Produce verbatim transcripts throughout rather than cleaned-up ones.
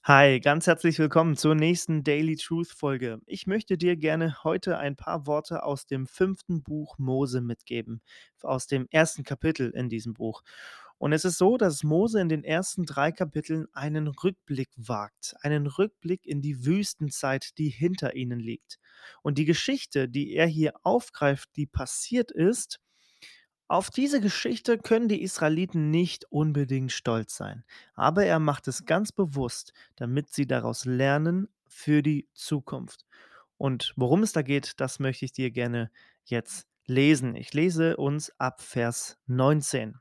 Hi, ganz herzlich willkommen zur nächsten Daily Truth Folge. Ich möchte dir gerne heute ein paar Worte aus dem fünften Buch Mose mitgeben, aus dem ersten Kapitel in diesem Buch. Und es ist so, dass Mose in den ersten drei Kapiteln einen Rückblick wagt, einen Rückblick in die Wüstenzeit, die hinter ihnen liegt. Und die Geschichte, die er hier aufgreift, die passiert ist, auf diese Geschichte können die Israeliten nicht unbedingt stolz sein, aber er macht es ganz bewusst, damit sie daraus lernen für die Zukunft. Und worum es da geht, das möchte ich dir gerne jetzt lesen. Ich lese uns ab Vers neunzehn.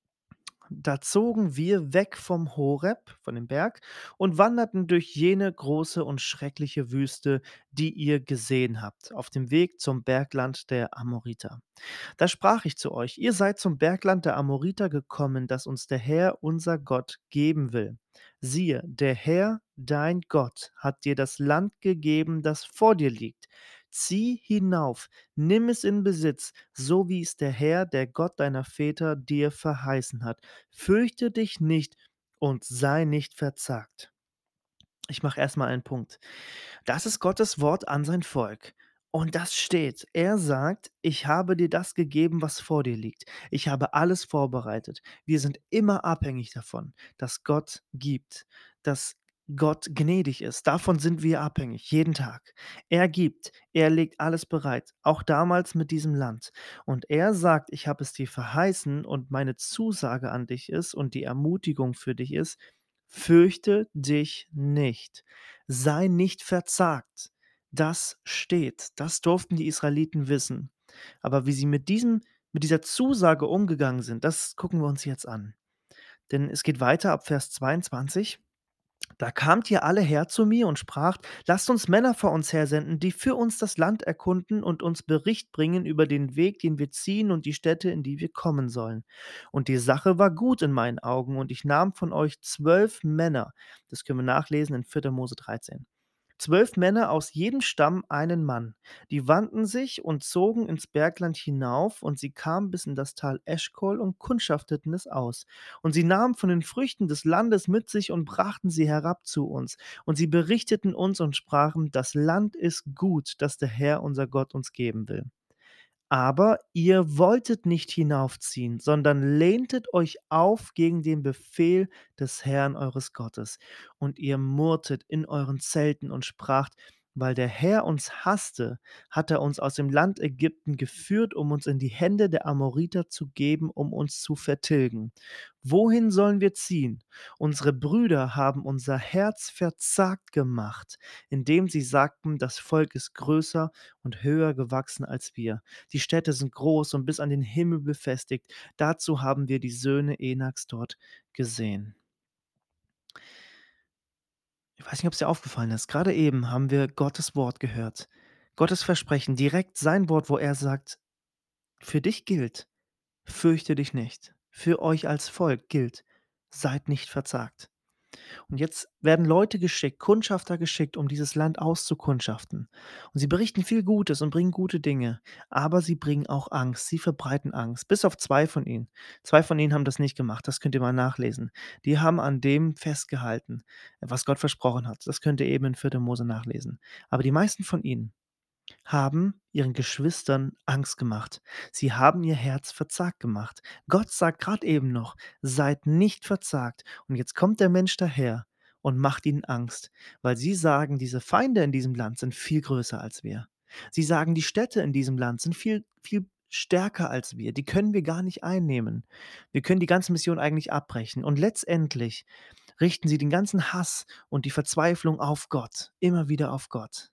Da zogen wir weg vom Horeb, von dem Berg, und wanderten durch jene große und schreckliche Wüste, die ihr gesehen habt, auf dem Weg zum Bergland der Amoriter. Da sprach ich zu euch: Ihr seid zum Bergland der Amoriter gekommen, das uns der Herr, unser Gott, geben will. Siehe, der Herr, dein Gott, hat dir das Land gegeben, das vor dir liegt. Zieh hinauf, nimm es in Besitz, so wie es der Herr, der Gott deiner Väter, dir verheißen hat. Fürchte dich nicht und sei nicht verzagt. Ich mache erstmal einen Punkt. Das ist Gottes Wort an sein Volk. Und das steht. Er sagt: „Ich habe dir das gegeben, was vor dir liegt. Ich habe alles vorbereitet.“ Wir sind immer abhängig davon, dass Gott gibt, dass Gott gnädig ist. Davon sind wir abhängig, jeden Tag. Er gibt, er legt alles bereit, auch damals mit diesem Land. Und er sagt: „Ich habe es dir verheißen“, und meine Zusage an dich ist und die Ermutigung für dich ist: „Fürchte dich nicht. Sei nicht verzagt.“ Das steht. Das durften die Israeliten wissen. Aber wie sie mit diesem mit dieser Zusage umgegangen sind, das gucken wir uns jetzt an. Denn es geht weiter ab Vers zweiundzwanzig. Da kamt ihr alle her zu mir und spracht: Lasst uns Männer vor uns hersenden, die für uns das Land erkunden und uns Bericht bringen über den Weg, den wir ziehen und die Städte, in die wir kommen sollen. Und die Sache war gut in meinen Augen, und ich nahm von euch zwölf Männer. Das können wir nachlesen in vierter Mose dreizehn. Zwölf Männer, aus jedem Stamm einen Mann. Die wandten sich und zogen ins Bergland hinauf, und sie kamen bis in das Tal Eschkol und kundschafteten es aus. Und sie nahmen von den Früchten des Landes mit sich und brachten sie herab zu uns. Und sie berichteten uns und sprachen: Das Land ist gut, das der Herr unser Gott uns geben will. Aber ihr wolltet nicht hinaufziehen, sondern lehntet euch auf gegen den Befehl des Herrn eures Gottes. Und ihr murrtet in euren Zelten und spracht: Weil der Herr uns hasste, hat er uns aus dem Land Ägypten geführt, um uns in die Hände der Amoriter zu geben, um uns zu vertilgen. Wohin sollen wir ziehen? Unsere Brüder haben unser Herz verzagt gemacht, indem sie sagten: Das Volk ist größer und höher gewachsen als wir. Die Städte sind groß und bis an den Himmel befestigt. Dazu haben wir die Söhne Enaks dort gesehen. Ich weiß nicht, ob es dir aufgefallen ist. Gerade eben haben wir Gottes Wort gehört. Gottes Versprechen, direkt sein Wort, wo er sagt: Für dich gilt, fürchte dich nicht. Für euch als Volk gilt, seid nicht verzagt. Und jetzt werden Leute geschickt, Kundschafter geschickt, um dieses Land auszukundschaften. Und sie berichten viel Gutes und bringen gute Dinge, aber sie bringen auch Angst. Sie verbreiten Angst, bis auf zwei von ihnen. Zwei von ihnen haben das nicht gemacht, das könnt ihr mal nachlesen. Die haben an dem festgehalten, was Gott versprochen hat. Das könnt ihr eben in vierter Mose nachlesen. Aber die meisten von ihnen haben ihren Geschwistern Angst gemacht. Sie haben ihr Herz verzagt gemacht. Gott sagt gerade eben noch: „Seid nicht verzagt.“ Und jetzt kommt der Mensch daher und macht ihnen Angst, weil sie sagen, diese Feinde in diesem Land sind viel größer als wir. Sie sagen, die Städte in diesem Land sind viel, viel stärker als wir. Die können wir gar nicht einnehmen. Wir können die ganze Mission eigentlich abbrechen. Und letztendlich richten sie den ganzen Hass und die Verzweiflung auf Gott, immer wieder auf Gott.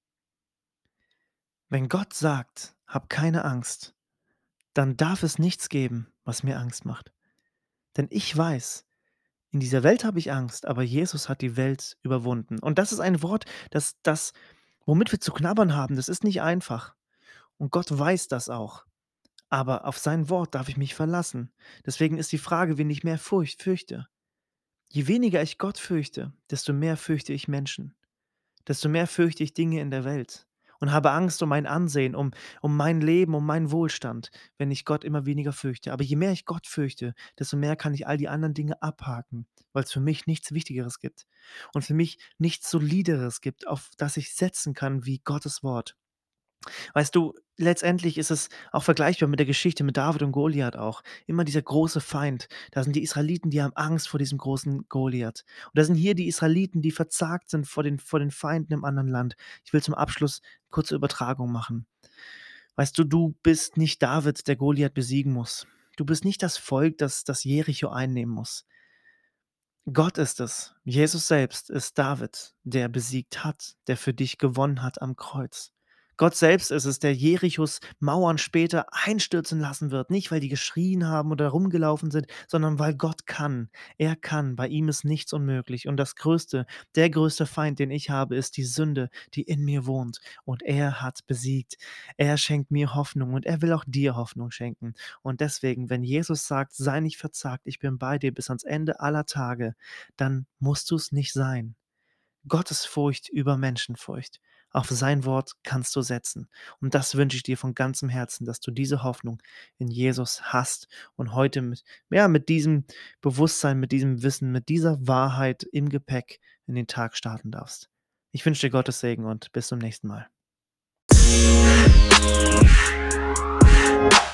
Wenn Gott sagt: „Hab keine Angst“, dann darf es nichts geben, was mir Angst macht. Denn ich weiß, in dieser Welt habe ich Angst, aber Jesus hat die Welt überwunden. Und das ist ein Wort, das das womit wir zu knabbern haben. Das ist nicht einfach. Und Gott weiß das auch. Aber auf sein Wort darf ich mich verlassen. Deswegen ist die Frage, wen ich mehr furcht fürchte. Je weniger ich Gott fürchte, desto mehr fürchte ich Menschen. Desto mehr fürchte ich Dinge in der Welt. und habe Angst um mein Ansehen, um um mein Leben, um meinen Wohlstand, wenn ich Gott immer weniger fürchte. Aber je mehr ich Gott fürchte, desto mehr kann ich all die anderen Dinge abhaken, weil es für mich nichts Wichtigeres gibt und für mich nichts Solideres gibt, auf das ich setzen kann wie Gottes Wort. Weißt du, letztendlich ist es auch vergleichbar mit der Geschichte mit David und Goliath auch. Immer dieser große Feind. Da sind die Israeliten, die haben Angst vor diesem großen Goliath. Und da sind hier die Israeliten, die verzagt sind vor den vor den Feinden im anderen Land. Ich will zum Abschluss kurze Übertragung machen. Weißt du, du bist nicht David, der Goliath besiegen muss. Du bist nicht das Volk, das das Jericho einnehmen muss. Gott ist es. Jesus selbst ist David, der besiegt hat, der für dich gewonnen hat am Kreuz. Gott selbst ist es, der Jerichos Mauern später einstürzen lassen wird, nicht weil die geschrien haben oder rumgelaufen sind, sondern weil Gott kann. Er kann, bei ihm ist nichts unmöglich. Und das größte, der größte Feind, den ich habe, ist die Sünde, die in mir wohnt. Und er hat besiegt. Er schenkt mir Hoffnung und er will auch dir Hoffnung schenken. Und deswegen, wenn Jesus sagt, sei nicht verzagt, ich bin bei dir bis ans Ende aller Tage, dann musst du es nicht sein. Gottesfurcht über Menschenfurcht. Auf sein Wort kannst du setzen. Und das wünsche ich dir von ganzem Herzen, dass du diese Hoffnung in Jesus hast und heute mit, ja, mit diesem Bewusstsein, mit diesem Wissen, mit dieser Wahrheit im Gepäck in den Tag starten darfst. Ich wünsche dir Gottes Segen und bis zum nächsten Mal.